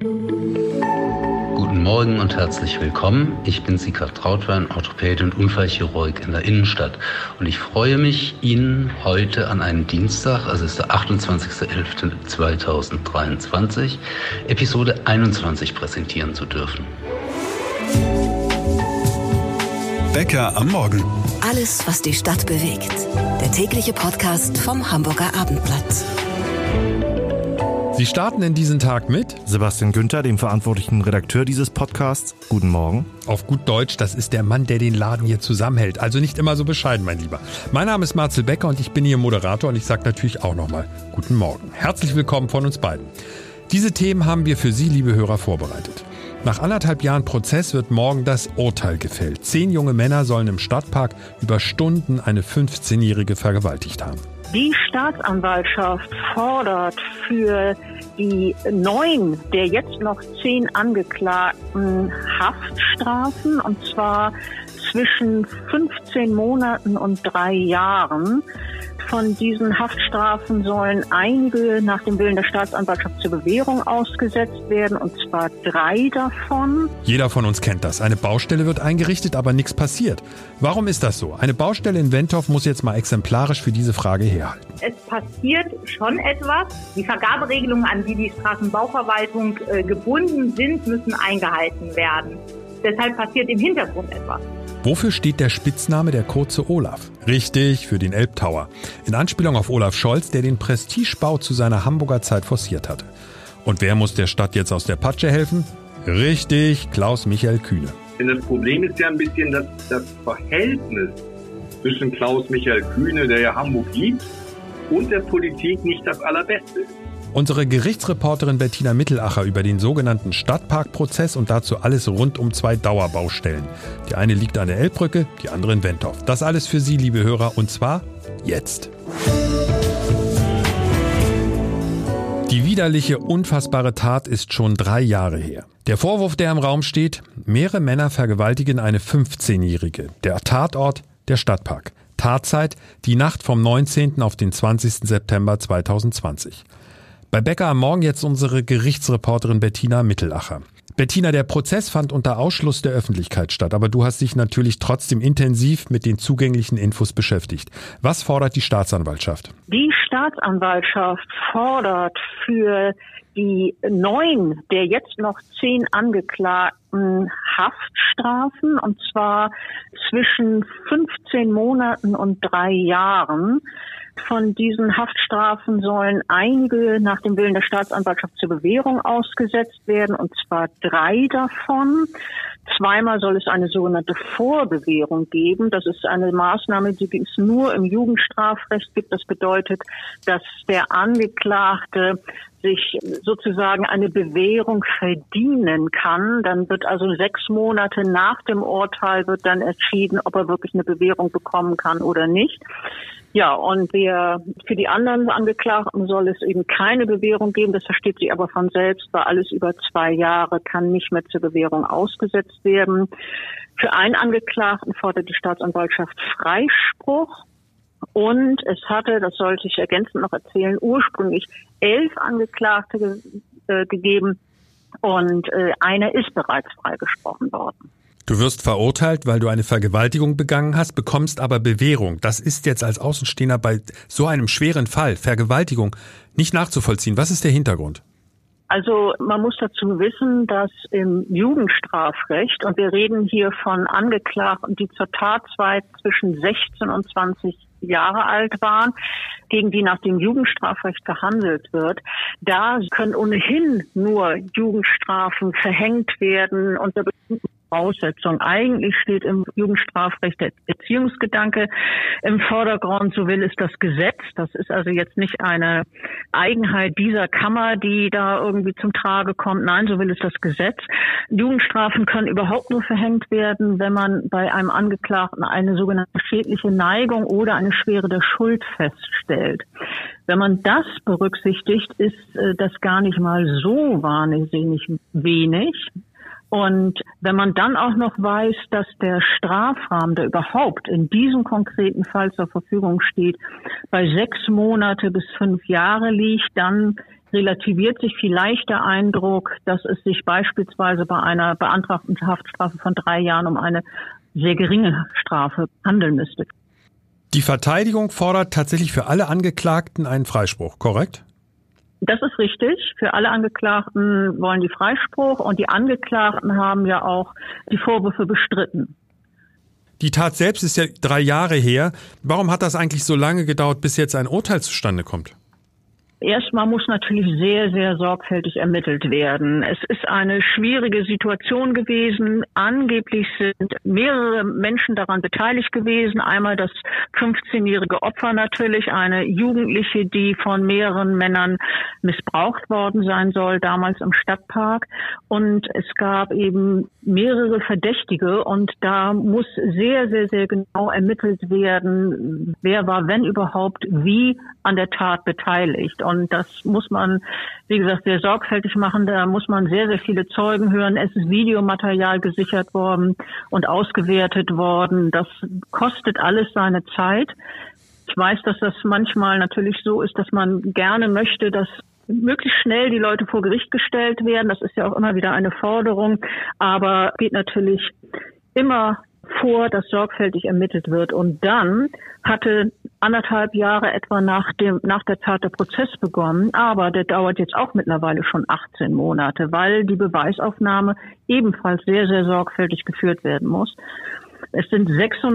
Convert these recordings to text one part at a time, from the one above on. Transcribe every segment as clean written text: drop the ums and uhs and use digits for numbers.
Guten Morgen und herzlich willkommen. Ich bin Sieghard Trautwein, Orthopäde und Unfallchirurg in der Innenstadt. Und ich freue mich, Ihnen heute an einem Dienstag, also es ist der 28.11.2023, Episode 21 präsentieren zu dürfen. Bäcker am Morgen. Alles, was die Stadt bewegt. Der tägliche Podcast vom Hamburger Abendblatt. Sie starten in diesen Tag mit Sebastian Günther, dem verantwortlichen Redakteur dieses Podcasts. Guten Morgen. Auf gut Deutsch, das ist der Mann, der den Laden hier zusammenhält. Also nicht immer so bescheiden, mein Lieber. Mein Name ist Marcel Becker und ich bin Ihr Moderator und ich sage natürlich auch nochmal Guten Morgen. Herzlich willkommen von uns beiden. Diese Themen haben wir für Sie, liebe Hörer, vorbereitet. Nach 1,5 Jahren Prozess wird morgen das Urteil gefällt. 10 junge Männer sollen im Stadtpark über Stunden eine 15-Jährige vergewaltigt haben. Die Staatsanwaltschaft fordert für die 9 der jetzt noch 10 Angeklagten Haftstrafen, und zwar zwischen 15 Monaten und 3 Jahren. Von diesen Haftstrafen sollen einige nach dem Willen der Staatsanwaltschaft zur Bewährung ausgesetzt werden, und zwar 3 davon. Jeder von uns kennt das. Eine Baustelle wird eingerichtet, aber nichts passiert. Warum ist das so? Eine Baustelle in Wentorf muss jetzt mal exemplarisch für diese Frage herhalten. Es passiert schon etwas. Die Vergaberegelungen, an die die Straßenbauverwaltung gebunden sind, müssen eingehalten werden. Deshalb passiert im Hintergrund etwas. Wofür steht der Spitzname der kurze Olaf? Richtig, für den Elbtower. In Anspielung auf Olaf Scholz, der den Prestigebau zu seiner Hamburger Zeit forciert hatte. Und wer muss der Stadt jetzt aus der Patsche helfen? Richtig, Klaus-Michael Kühne. Denn das Problem ist ja ein bisschen, dass das Verhältnis zwischen Klaus-Michael Kühne, der ja Hamburg liebt, und der Politik nicht das allerbeste ist. Unsere Gerichtsreporterin Bettina Mittelacher über den sogenannten Stadtparkprozess und dazu alles rund um 2 Dauerbaustellen. Die eine liegt an der Elbbrücke, die andere in Wentorf. Das alles für Sie, liebe Hörer, und zwar jetzt. Die widerliche, unfassbare Tat ist schon 3 Jahre her. Der Vorwurf, der im Raum steht: mehrere Männer vergewaltigen eine 15-Jährige. Der Tatort, der Stadtpark. Tatzeit, die Nacht vom 19. auf den 20. September 2020. Bei Bäcker am Morgen jetzt unsere Gerichtsreporterin Bettina Mittelacher. Bettina, der Prozess fand unter Ausschluss der Öffentlichkeit statt, aber du hast dich natürlich trotzdem intensiv mit den zugänglichen Infos beschäftigt. Was fordert die Staatsanwaltschaft? Die Staatsanwaltschaft fordert für die 9 der jetzt noch 10 Angeklagten Haftstrafen, und zwar zwischen 15 Monaten und 3 Jahren. Von diesen Haftstrafen sollen einige nach dem Willen der Staatsanwaltschaft zur Bewährung ausgesetzt werden, und zwar 3 davon. Zweimal soll es eine sogenannte Vorbewährung geben. Das ist eine Maßnahme, die es nur im Jugendstrafrecht gibt. Das bedeutet, dass der Angeklagte sich sozusagen eine Bewährung verdienen kann. Dann wird also 6 Monate nach dem Urteil wird dann entschieden, ob er wirklich eine Bewährung bekommen kann oder nicht. Ja, und für die anderen Angeklagten soll es eben keine Bewährung geben. Das versteht sich aber von selbst, weil alles über 2 Jahre kann nicht mehr zur Bewährung ausgesetzt werden. Für einen Angeklagten fordert die Staatsanwaltschaft Freispruch. Und es hatte, das sollte ich ergänzend noch erzählen, ursprünglich 11 Angeklagte gegeben, und einer ist bereits freigesprochen worden. Du wirst verurteilt, weil du eine Vergewaltigung begangen hast, bekommst aber Bewährung. Das ist jetzt als Außenstehender bei so einem schweren Fall, Vergewaltigung, nicht nachzuvollziehen. Was ist der Hintergrund? Also man muss dazu wissen, dass im Jugendstrafrecht, und wir reden hier von Angeklagten, die zur Tatzeit zwischen 16 und 20 Jahre alt waren, gegen die nach dem Jugendstrafrecht gehandelt wird, da können ohnehin nur Jugendstrafen verhängt werden unter bestimmten Voraussetzungen. Eigentlich steht im Jugendstrafrecht der Erziehungsgedanke im Vordergrund, so will es das Gesetz. Das ist also jetzt nicht eine Eigenheit dieser Kammer, die da irgendwie zum Trage kommt. Nein, so will es das Gesetz. Jugendstrafen können überhaupt nur verhängt werden, wenn man bei einem Angeklagten eine sogenannte schädliche Neigung oder eine Schwere der Schuld feststellt. Wenn man das berücksichtigt, ist das gar nicht mal so wahnsinnig wenig. Und wenn man dann auch noch weiß, dass der Strafrahmen, der überhaupt in diesem konkreten Fall zur Verfügung steht, bei 6 Monate bis 5 Jahre liegt, dann relativiert sich vielleicht der Eindruck, dass es sich beispielsweise bei einer beantragten Haftstrafe von 3 Jahren um eine sehr geringe Strafe handeln müsste. Die Verteidigung fordert tatsächlich für alle Angeklagten einen Freispruch, korrekt? Das ist richtig. Für alle Angeklagten wollen die Freispruch und die Angeklagten haben ja auch die Vorwürfe bestritten. Die Tat selbst ist ja 3 Jahre her. Warum hat das eigentlich so lange gedauert, bis jetzt ein Urteil zustande kommt? Erstmal muss natürlich sehr, sehr sorgfältig ermittelt werden. Es ist eine schwierige Situation gewesen. Angeblich sind mehrere Menschen daran beteiligt gewesen. Einmal das 15-jährige Opfer natürlich, eine Jugendliche, die von mehreren Männern missbraucht worden sein soll, damals im Stadtpark. Und es gab eben mehrere Verdächtige und da muss sehr, sehr, sehr genau ermittelt werden, wer war, wenn überhaupt, wie an der Tat beteiligt. Und das muss man, wie gesagt, sehr sorgfältig machen. Da muss man sehr, sehr viele Zeugen hören. Es ist Videomaterial gesichert worden und ausgewertet worden. Das kostet alles seine Zeit. Ich weiß, dass das manchmal natürlich so ist, dass man gerne möchte, dass möglichst schnell die Leute vor Gericht gestellt werden. Das ist ja auch immer wieder eine Forderung. Aber geht natürlich immer vor, dass sorgfältig ermittelt wird. Und dann hatte 1,5 Jahre etwa nach der Tat der Prozess begonnen. Aber der dauert jetzt auch mittlerweile schon 18 Monate, weil die Beweisaufnahme ebenfalls sehr, sehr sorgfältig geführt werden muss. Es sind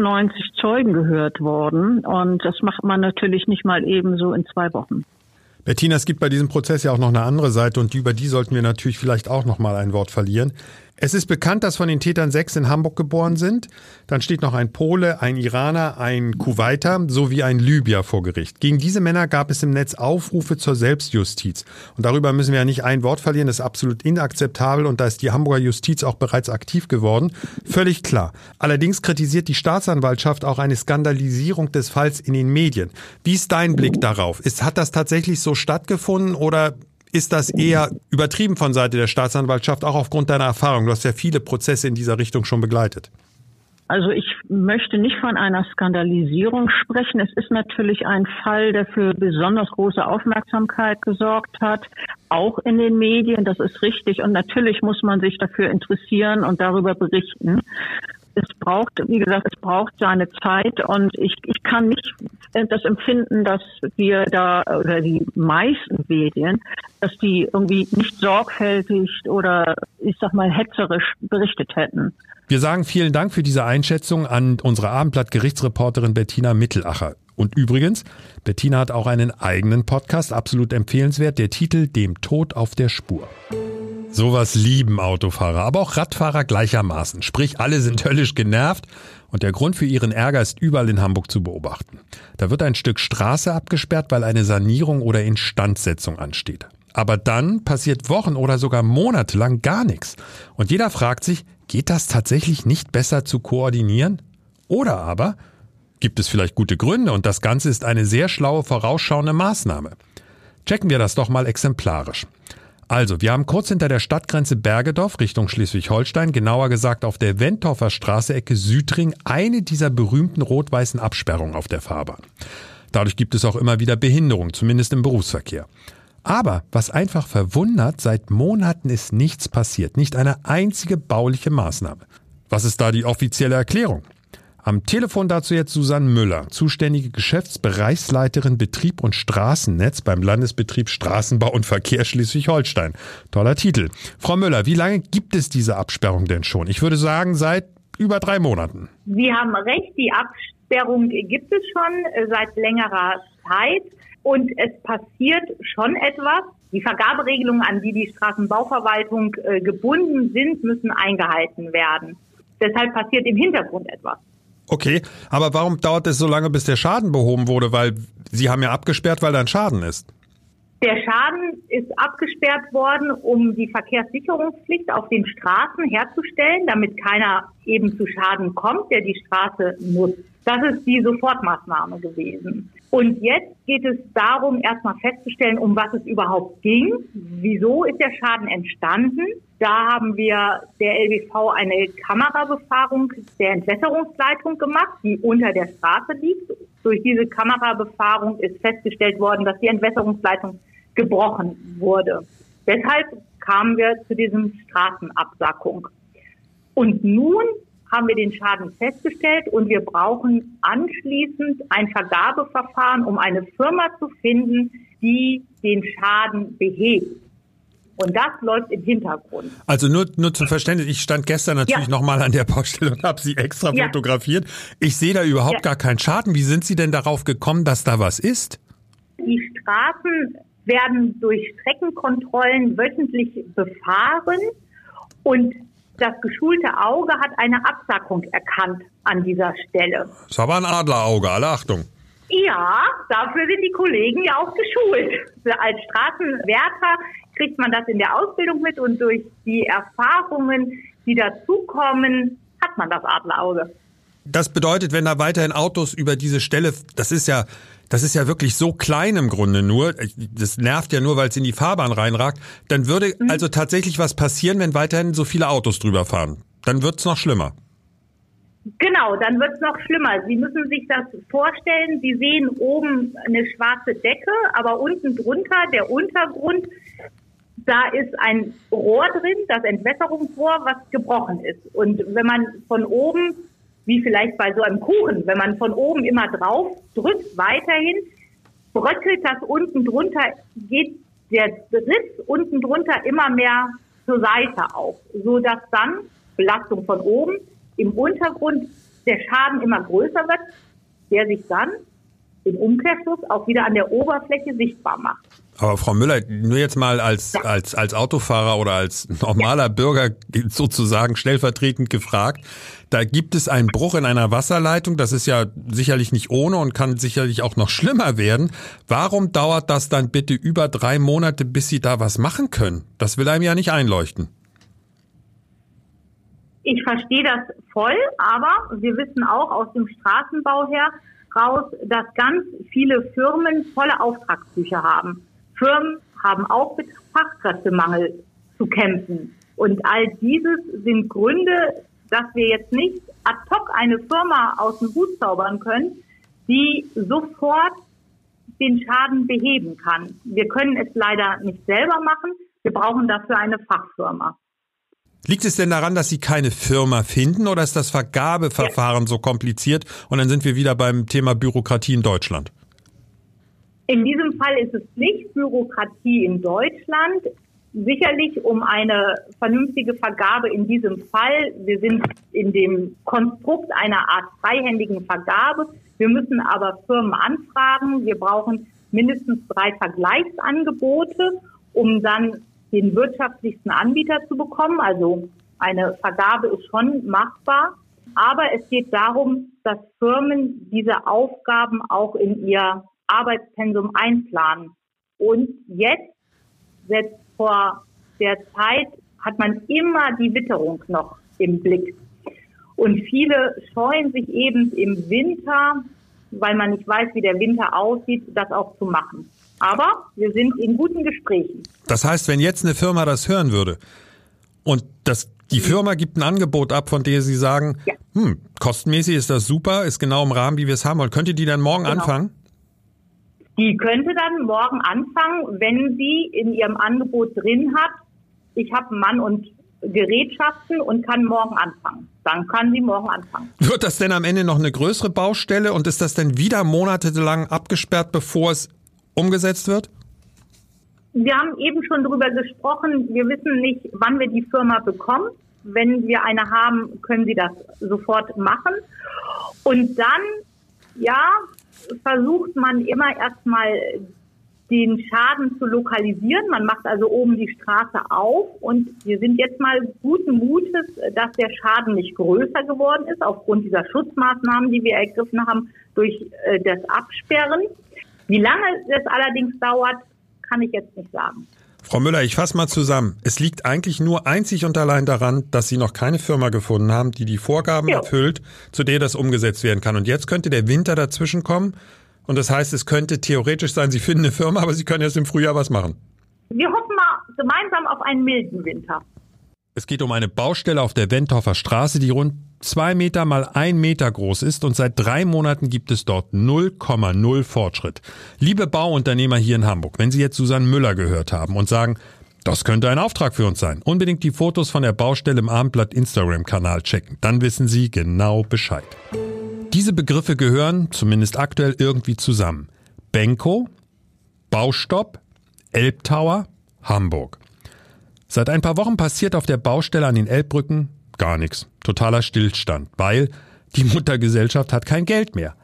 96 Zeugen gehört worden und das macht man natürlich nicht mal eben so in 2 Wochen. Bettina, es gibt bei diesem Prozess ja auch noch eine andere Seite und über die sollten wir natürlich vielleicht auch noch mal ein Wort verlieren. Es ist bekannt, dass von den Tätern 6 in Hamburg geboren sind. Dann steht noch ein Pole, ein Iraner, ein Kuwaiter sowie ein Libyer vor Gericht. Gegen diese Männer gab es im Netz Aufrufe zur Selbstjustiz. Und darüber müssen wir ja nicht ein Wort verlieren. Das ist absolut inakzeptabel und da ist die Hamburger Justiz auch bereits aktiv geworden. Völlig klar. Allerdings kritisiert die Staatsanwaltschaft auch eine Skandalisierung des Falls in den Medien. Wie ist dein Blick darauf? Hat das tatsächlich so stattgefunden oder ist das eher übertrieben von Seite der Staatsanwaltschaft, auch aufgrund deiner Erfahrung? Du hast ja viele Prozesse in dieser Richtung schon begleitet. Also ich möchte nicht von einer Skandalisierung sprechen. Es ist natürlich ein Fall, der für besonders große Aufmerksamkeit gesorgt hat, auch in den Medien, das ist richtig. Und natürlich muss man sich dafür interessieren und darüber berichten. Es braucht, wie gesagt, seine Zeit und ich kann nicht das empfinden, dass wir da, oder die meisten Medien, dass die irgendwie nicht sorgfältig oder, ich sag mal, hetzerisch berichtet hätten. Wir sagen vielen Dank für diese Einschätzung an unsere Abendblatt-Gerichtsreporterin Bettina Mittelacher. Und übrigens, Bettina hat auch einen eigenen Podcast, absolut empfehlenswert, der Titel Dem Tod auf der Spur. Sowas lieben Autofahrer, aber auch Radfahrer gleichermaßen. Sprich, alle sind höllisch genervt und der Grund für ihren Ärger ist überall in Hamburg zu beobachten. Da wird ein Stück Straße abgesperrt, weil eine Sanierung oder Instandsetzung ansteht. Aber dann passiert Wochen oder sogar monatelang gar nichts. Und jeder fragt sich, geht das tatsächlich nicht besser zu koordinieren? Oder aber gibt es vielleicht gute Gründe und das Ganze ist eine sehr schlaue, vorausschauende Maßnahme? Checken wir das doch mal exemplarisch. Also, wir haben kurz hinter der Stadtgrenze Bergedorf Richtung Schleswig-Holstein, genauer gesagt auf der Wentorfer Straße Ecke Südring, eine dieser berühmten rot-weißen Absperrungen auf der Fahrbahn. Dadurch gibt es auch immer wieder Behinderung, zumindest im Berufsverkehr. Aber was einfach verwundert, seit Monaten ist nichts passiert, nicht eine einzige bauliche Maßnahme. Was ist da die offizielle Erklärung? Am Telefon dazu jetzt Susanne Müller, zuständige Geschäftsbereichsleiterin Betrieb und Straßennetz beim Landesbetrieb Straßenbau und Verkehr Schleswig-Holstein. Toller Titel. Frau Müller, wie lange gibt es diese Absperrung denn schon? Ich würde sagen, seit über 3 Monaten. Sie haben recht, die Absperrung gibt es schon seit längerer Zeit und es passiert schon etwas. Die Vergaberegelungen, an die die Straßenbauverwaltung gebunden sind, müssen eingehalten werden. Deshalb passiert im Hintergrund etwas. Okay, aber warum dauert es so lange, bis der Schaden behoben wurde? Weil Sie haben ja abgesperrt, weil da ein Schaden ist. Der Schaden ist abgesperrt worden, um die Verkehrssicherungspflicht auf den Straßen herzustellen, damit keiner eben zu Schaden kommt, der die Straße nutzt. Das ist die Sofortmaßnahme gewesen. Und jetzt geht es darum, erstmal festzustellen, um was es überhaupt ging. Wieso ist der Schaden entstanden? Da haben wir der LBV eine Kamerabefahrung der Entwässerungsleitung gemacht, die unter der Straße liegt. Durch diese Kamerabefahrung ist festgestellt worden, dass die Entwässerungsleitung gebrochen wurde. Deshalb kamen wir zu diesem Straßenabsackung. Und nun haben wir den Schaden festgestellt und wir brauchen anschließend ein Vergabeverfahren, um eine Firma zu finden, die den Schaden behebt. Und das läuft im Hintergrund. Also nur zum Verständnis, ich stand gestern natürlich nochmal an der Baustelle und habe Sie extra fotografiert. Ich sehe da überhaupt gar keinen Schaden. Wie sind Sie denn darauf gekommen, dass da was ist? Die Straßen werden durch Streckenkontrollen wöchentlich befahren und das geschulte Auge hat eine Absackung erkannt an dieser Stelle. Das ist aber ein Adlerauge, alle Achtung. Ja, dafür sind die Kollegen ja auch geschult. Als Straßenwärter kriegt man das in der Ausbildung mit und durch die Erfahrungen, die dazukommen, hat man das Adlerauge. Das bedeutet, wenn da weiterhin Autos über diese Stelle, das ist ja wirklich so klein im Grunde nur, das nervt ja nur, weil es in die Fahrbahn reinragt, dann würde also tatsächlich was passieren, wenn weiterhin so viele Autos drüber fahren. Dann wird's noch schlimmer. Genau, dann wird's noch schlimmer. Sie müssen sich das vorstellen, Sie sehen oben eine schwarze Decke, aber unten drunter, der Untergrund, da ist ein Rohr drin, das Entwässerungsrohr, was gebrochen ist. Und wenn man von oben, wie vielleicht bei so einem Kuchen, wenn man von oben immer drauf drückt, weiterhin, bröckelt das unten drunter, geht der Riss unten drunter immer mehr zur Seite auf, so dass dann Belastung von oben im Untergrund der Schaden immer größer wird, der sich dann im Umkehrschluss auch wieder an der Oberfläche sichtbar macht. Aber Frau Müller, nur jetzt mal als Autofahrer oder als normaler Bürger sozusagen stellvertretend gefragt, da gibt es einen Bruch in einer Wasserleitung, das ist ja sicherlich nicht ohne und kann sicherlich auch noch schlimmer werden. Warum dauert das dann bitte über 3 Monate, bis Sie da was machen können? Das will einem ja nicht einleuchten. Ich verstehe das voll, aber wir wissen auch aus dem Straßenbau heraus, dass ganz viele Firmen volle Auftragsbücher haben. Firmen haben auch mit Fachkräftemangel zu kämpfen. Und all dieses sind Gründe, dass wir jetzt nicht ad hoc eine Firma aus dem Hut zaubern können, die sofort den Schaden beheben kann. Wir können es leider nicht selber machen. Wir brauchen dafür eine Fachfirma. Liegt es denn daran, dass Sie keine Firma finden oder ist das Vergabeverfahren so kompliziert und dann sind wir wieder beim Thema Bürokratie in Deutschland? In diesem Fall ist es nicht Bürokratie in Deutschland. Sicherlich um eine vernünftige Vergabe in diesem Fall. Wir sind in dem Konstrukt einer Art freihändigen Vergabe. Wir müssen aber Firmen anfragen. Wir brauchen mindestens 3 Vergleichsangebote, um dann den wirtschaftlichsten Anbieter zu bekommen. Also eine Vergabe ist schon machbar. Aber es geht darum, dass Firmen diese Aufgaben auch in ihr Arbeitspensum einplanen. Und jetzt vor der Zeit hat man immer die Witterung noch im Blick. Und viele scheuen sich eben im Winter, weil man nicht weiß, wie der Winter aussieht, das auch zu machen. Aber wir sind in guten Gesprächen. Das heißt, wenn jetzt eine Firma das hören würde und die Firma gibt ein Angebot ab, von dem Sie sagen, kostenmäßig ist das super, ist genau im Rahmen, wie wir es haben wollen, könnte die dann morgen anfangen? Die könnte dann morgen anfangen, wenn sie in ihrem Angebot drin hat, ich habe Mann und Gerätschaften und kann morgen anfangen. Dann kann sie morgen anfangen. Wird das denn am Ende noch eine größere Baustelle und ist das denn wieder monatelang abgesperrt, bevor es umgesetzt wird? Wir haben eben schon darüber gesprochen, wir wissen nicht, wann wir die Firma bekommen. Wenn wir eine haben, können sie das sofort machen. Und dann, versucht man immer erstmal den Schaden zu lokalisieren. Man macht also oben die Straße auf und wir sind jetzt mal guten Mutes, dass der Schaden nicht größer geworden ist aufgrund dieser Schutzmaßnahmen, die wir ergriffen haben durch das Absperren. Wie lange das allerdings dauert, kann ich jetzt nicht sagen. Frau Müller, ich fasse mal zusammen. Es liegt eigentlich nur einzig und allein daran, dass Sie noch keine Firma gefunden haben, die Vorgaben erfüllt, zu der das umgesetzt werden kann. Und jetzt könnte der Winter dazwischen kommen. Und das heißt, es könnte theoretisch sein, Sie finden eine Firma, aber Sie können erst im Frühjahr was machen. Wir hoffen mal gemeinsam auf einen milden Winter. Es geht um eine Baustelle auf der Wentorfer Straße, die rund 2 Meter mal 1 Meter groß ist und seit 3 Monaten gibt es dort 0,0 Fortschritt. Liebe Bauunternehmer hier in Hamburg, wenn Sie jetzt Susanne Müller gehört haben und sagen, das könnte ein Auftrag für uns sein, unbedingt die Fotos von der Baustelle im Abendblatt Instagram-Kanal checken. Dann wissen Sie genau Bescheid. Diese Begriffe gehören, zumindest aktuell, irgendwie zusammen. Benko, Baustopp, Elbtower, Hamburg. Seit ein paar Wochen passiert auf der Baustelle an den Elbbrücken gar nichts. Totaler Stillstand, weil die Muttergesellschaft hat kein Geld mehr.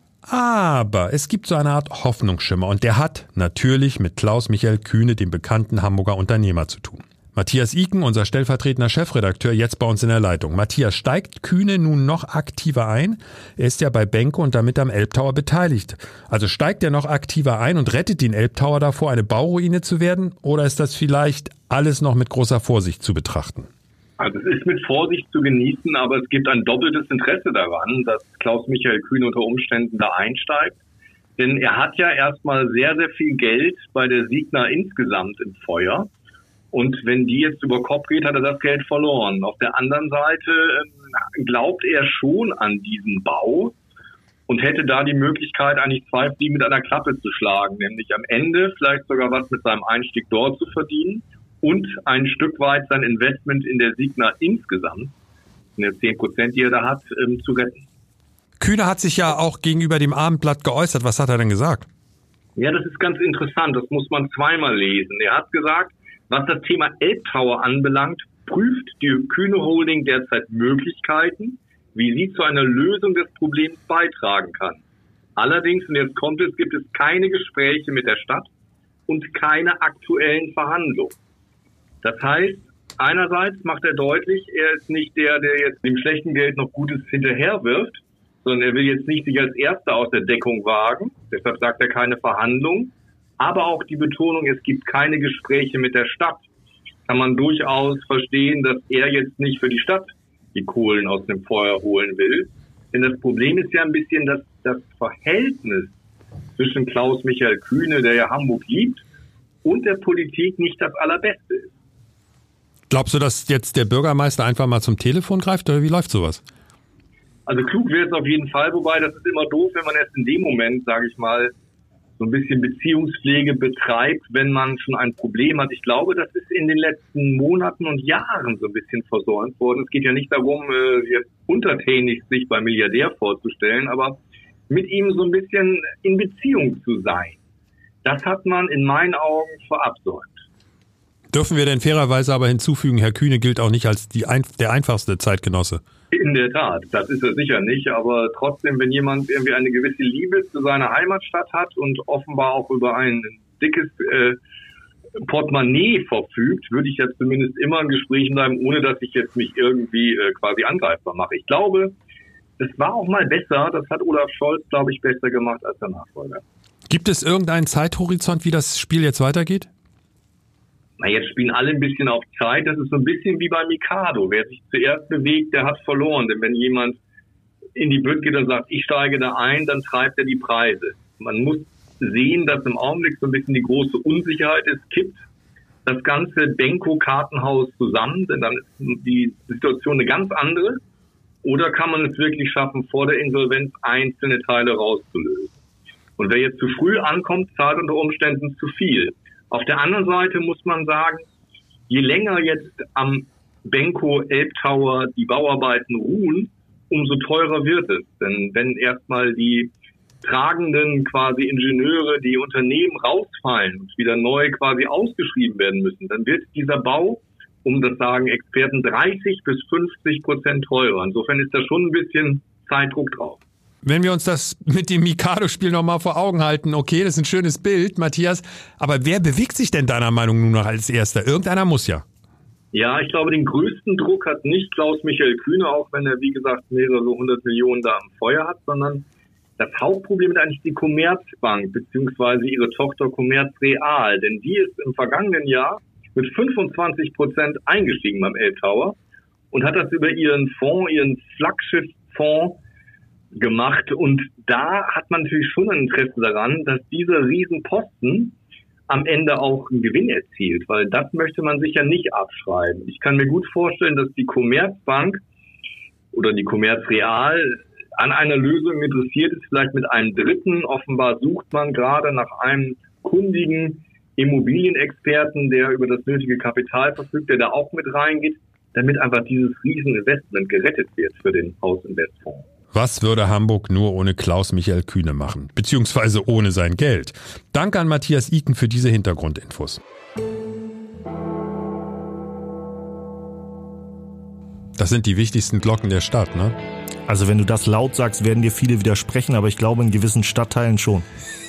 Aber es gibt so eine Art Hoffnungsschimmer und der hat natürlich mit Klaus-Michael Kühne, dem bekannten Hamburger Unternehmer, zu tun. Matthias Iken, unser stellvertretender Chefredakteur, jetzt bei uns in der Leitung. Matthias, steigt Kühne nun noch aktiver ein? Er ist ja bei Benko und damit am Elbtower beteiligt. Also steigt er noch aktiver ein und rettet den Elbtower davor, eine Bauruine zu werden? Oder ist das vielleicht alles noch mit großer Vorsicht zu betrachten? Also es ist mit Vorsicht zu genießen, aber es gibt ein doppeltes Interesse daran, dass Klaus-Michael Kühne unter Umständen da einsteigt. Denn er hat ja erstmal sehr, sehr viel Geld bei der Signa insgesamt im Feuer. Und wenn die jetzt über Kopf geht, hat er das Geld verloren. Auf der anderen Seite glaubt er schon an diesen Bau und hätte da die Möglichkeit, eigentlich 2 Fliegen mit einer Klappe zu schlagen. Nämlich am Ende vielleicht sogar was mit seinem Einstieg dort zu verdienen und ein Stück weit sein Investment in der Signa insgesamt, in der 10%, die er da hat, zu retten. Kühne hat sich ja auch gegenüber dem Abendblatt geäußert. Was hat er denn gesagt? Ja, das ist ganz interessant. Das muss man zweimal lesen. Er hat gesagt, was das Thema Elbtower anbelangt, prüft die Kühne Holding derzeit Möglichkeiten, wie sie zu einer Lösung des Problems beitragen kann. Allerdings, und jetzt kommt es, gibt es keine Gespräche mit der Stadt und keine aktuellen Verhandlungen. Das heißt, einerseits macht er deutlich, er ist nicht der jetzt dem schlechten Geld noch Gutes hinterherwirft, sondern er will jetzt nicht sich als Erster aus der Deckung wagen. Deshalb sagt er keine Verhandlungen. Aber auch die Betonung, es gibt keine Gespräche mit der Stadt. Kann man durchaus verstehen, dass er jetzt nicht für die Stadt die Kohlen aus dem Feuer holen will. Denn das Problem ist ja ein bisschen, dass das Verhältnis zwischen Klaus-Michael Kühne, der ja Hamburg liebt, und der Politik nicht das allerbeste ist. Glaubst du, dass jetzt der Bürgermeister einfach mal zum Telefon greift oder wie läuft sowas? Also klug wäre es auf jeden Fall, wobei das ist immer doof, wenn man erst in dem Moment, sage ich mal, so ein bisschen Beziehungspflege betreibt, wenn man schon ein Problem hat. Ich glaube, das ist in den letzten Monaten und Jahren so ein bisschen versäumt worden. Es geht ja nicht darum, jetzt untertänig sich beim Milliardär vorzustellen, aber mit ihm so ein bisschen in Beziehung zu sein. Das hat man in meinen Augen verabsäumt. Dürfen wir denn fairerweise aber hinzufügen, Herr Kühne gilt auch nicht als der einfachste Zeitgenosse. In der Tat, das ist er sicher nicht, aber trotzdem, wenn jemand irgendwie eine gewisse Liebe zu seiner Heimatstadt hat und offenbar auch über ein dickes Portemonnaie verfügt, würde ich jetzt zumindest immer in Gesprächen bleiben, ohne dass ich jetzt mich irgendwie quasi angreifbar mache. Ich glaube, es war auch mal besser, das hat Olaf Scholz, glaube ich, besser gemacht als der Nachfolger. Gibt es irgendeinen Zeithorizont, wie das Spiel jetzt weitergeht? Na, jetzt spielen alle ein bisschen auf Zeit. Das ist so ein bisschen wie bei Mikado. Wer sich zuerst bewegt, der hat verloren. Denn wenn jemand in die Bütt geht und sagt, ich steige da ein, dann treibt er die Preise. Man muss sehen, dass im Augenblick so ein bisschen die große Unsicherheit ist. Kippt das ganze Benko-Kartenhaus zusammen, denn dann ist die Situation eine ganz andere. Oder kann man es wirklich schaffen, vor der Insolvenz einzelne Teile rauszulösen? Und wer jetzt zu früh ankommt, zahlt unter Umständen zu viel. Auf der anderen Seite muss man sagen, je länger jetzt am Benko Elbtower die Bauarbeiten ruhen, umso teurer wird es. Denn wenn erstmal die tragenden quasi Ingenieure, die Unternehmen rausfallen und wieder neu quasi ausgeschrieben werden müssen, dann wird dieser Bau, um das sagen Experten, 30-50% teurer. Insofern ist da schon ein bisschen Zeitdruck drauf. Wenn wir uns das mit dem Mikado-Spiel nochmal vor Augen halten, okay, das ist ein schönes Bild, Matthias, aber wer bewegt sich denn deiner Meinung nach nun noch als Erster? Irgendeiner muss ja. Ja, ich glaube, den größten Druck hat nicht Klaus-Michael Kühne, auch wenn er, wie gesagt, mehrere 100 Millionen da am Feuer hat, sondern das Hauptproblem ist eigentlich die Commerzbank beziehungsweise ihre Tochter Commerz Real, denn die ist im vergangenen Jahr mit 25% eingestiegen beim Elbtower und hat das über ihren Fonds, ihren Flaggschiff-Fonds gemacht. Und da hat man natürlich schon ein Interesse daran, dass dieser Riesenposten am Ende auch einen Gewinn erzielt, weil das möchte man sich ja nicht abschreiben. Ich kann mir gut vorstellen, dass die Commerzbank oder die Commerz Real an einer Lösung interessiert ist, vielleicht mit einem Dritten. Offenbar sucht man gerade nach einem kundigen Immobilienexperten, der über das nötige Kapital verfügt, der da auch mit reingeht, damit einfach dieses Rieseninvestment gerettet wird für den Hausinvestfonds. Was würde Hamburg nur ohne Klaus-Michael Kühne machen? Beziehungsweise ohne sein Geld? Danke an Matthias Iken für diese Hintergrundinfos. Das sind die wichtigsten Glocken der Stadt, ne? Also wenn du das laut sagst, werden dir viele widersprechen, aber ich glaube in gewissen Stadtteilen schon.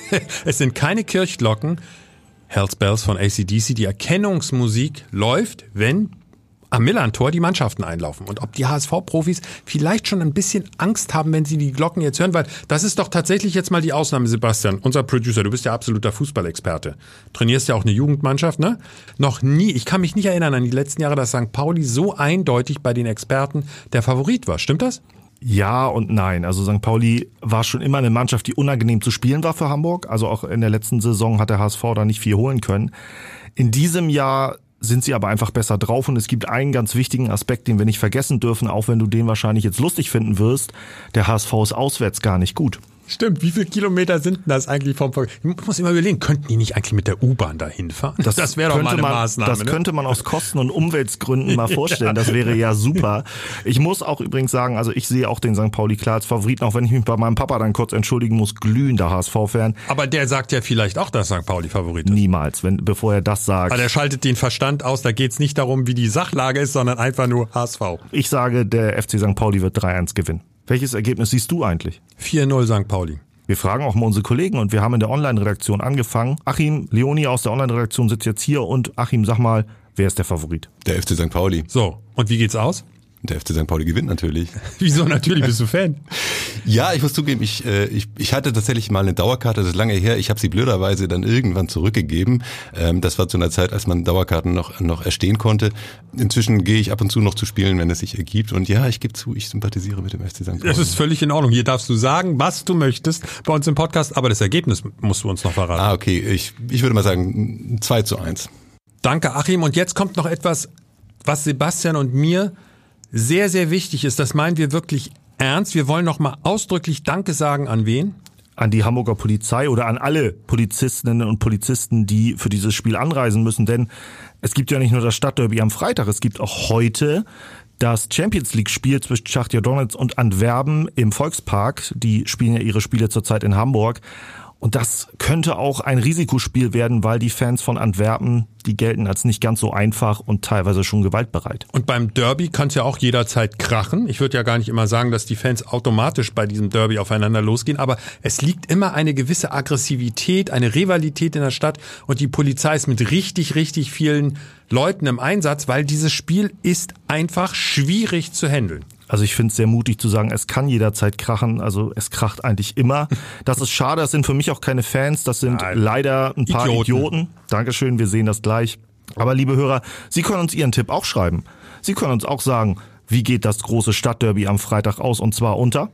Es sind keine Kirchglocken. Hells Bells von AC/DC. Die Erkennungsmusik läuft, wenn am Millerntor die Mannschaften einlaufen. Und ob die HSV-Profis vielleicht schon ein bisschen Angst haben, wenn sie die Glocken jetzt hören, weil das ist doch tatsächlich jetzt mal die Ausnahme, Sebastian, unser Producer, du bist ja absoluter Fußballexperte. Trainierst ja auch eine Jugendmannschaft, ne? Noch nie, ich kann mich nicht erinnern an die letzten Jahre, dass St. Pauli so eindeutig bei den Experten der Favorit war. Stimmt das? Ja und nein. Also St. Pauli war schon immer eine Mannschaft, die unangenehm zu spielen war für Hamburg. Also auch in der letzten Saison hat der HSV da nicht viel holen können. In diesem Jahr sind sie aber einfach besser drauf und es gibt einen ganz wichtigen Aspekt, den wir nicht vergessen dürfen, auch wenn du den wahrscheinlich jetzt lustig finden wirst. Der HSV ist auswärts gar nicht gut. Stimmt, wie viele Kilometer sind denn das eigentlich vom Ich muss immer überlegen, könnten die nicht eigentlich mit der U-Bahn da hinfahren? Das wäre doch mal eine Maßnahme. Das könnte man aus Kosten- und Umweltgründen mal vorstellen. Das wäre ja super. Ich muss auch übrigens sagen, also ich sehe auch den St. Pauli klar als Favoriten, auch wenn ich mich bei meinem Papa dann kurz entschuldigen muss, glühender HSV-Fan. Aber der sagt ja vielleicht auch, dass St. Pauli Favorit ist. Niemals, bevor er das sagt. Aber der schaltet den Verstand aus, da geht's nicht darum, wie die Sachlage ist, sondern einfach nur HSV. Ich sage, der FC St. Pauli wird 3-1 gewinnen. Welches Ergebnis siehst du eigentlich? 4-0 St. Pauli. Wir fragen auch mal unsere Kollegen und wir haben in der Online-Redaktion angefangen. Achim Leoni aus der Online-Redaktion sitzt jetzt hier und Achim, sag mal, wer ist der Favorit? Der FC St. Pauli. So, und wie geht's aus? Der FC St. Pauli gewinnt natürlich. Wieso natürlich? Bist du Fan? Ja, ich muss zugeben, ich hatte tatsächlich mal eine Dauerkarte, das ist lange her. Ich habe sie blöderweise dann irgendwann zurückgegeben. Das war zu einer Zeit, als man Dauerkarten noch erstehen konnte. Inzwischen gehe ich ab und zu noch zu spielen, wenn es sich ergibt. Und ja, ich gebe zu, ich sympathisiere mit dem FC St. Pauli. Das ist völlig in Ordnung. Hier darfst du sagen, was du möchtest bei uns im Podcast, aber das Ergebnis musst du uns noch verraten. Ah, okay. Ich würde mal sagen 2-1. Danke, Achim. Und jetzt kommt noch etwas, was Sebastian und mir sehr, sehr wichtig ist. Das meinen wir wirklich ernst. Wir wollen noch mal ausdrücklich Danke sagen an wen? An die Hamburger Polizei oder an alle Polizistinnen und Polizisten, die für dieses Spiel anreisen müssen. Denn es gibt ja nicht nur das Stadtderby am Freitag, es gibt auch heute das Champions-League-Spiel zwischen Schachtar Donetsk und Antwerpen im Volkspark. Die spielen ja ihre Spiele zurzeit in Hamburg. Und das könnte auch ein Risikospiel werden, weil die Fans von Antwerpen, die gelten als nicht ganz so einfach und teilweise schon gewaltbereit. Und beim Derby kann es ja auch jederzeit krachen. Ich würde ja gar nicht immer sagen, dass die Fans automatisch bei diesem Derby aufeinander losgehen, aber es liegt immer eine gewisse Aggressivität, eine Rivalität in der Stadt und die Polizei ist mit richtig, richtig vielen Leuten im Einsatz, weil dieses Spiel ist einfach schwierig zu handeln. Also ich finde es sehr mutig zu sagen, es kann jederzeit krachen, also es kracht eigentlich immer. Das ist schade, das sind für mich auch keine Fans, das sind leider ein paar Idioten. Dankeschön, wir sehen das gleich. Aber liebe Hörer, Sie können uns Ihren Tipp auch schreiben. Sie können uns auch sagen, wie geht das große Stadtderby am Freitag aus und zwar unter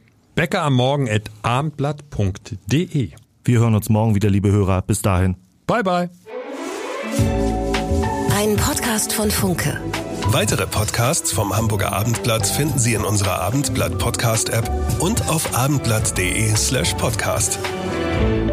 beckeramorgen@abendblatt.de. Wir hören uns morgen wieder, liebe Hörer. Bis dahin. Bye, bye. Ein Podcast von Funke. Weitere Podcasts vom Hamburger Abendblatt finden Sie in unserer Abendblatt Podcast App und auf abendblatt.de/podcast.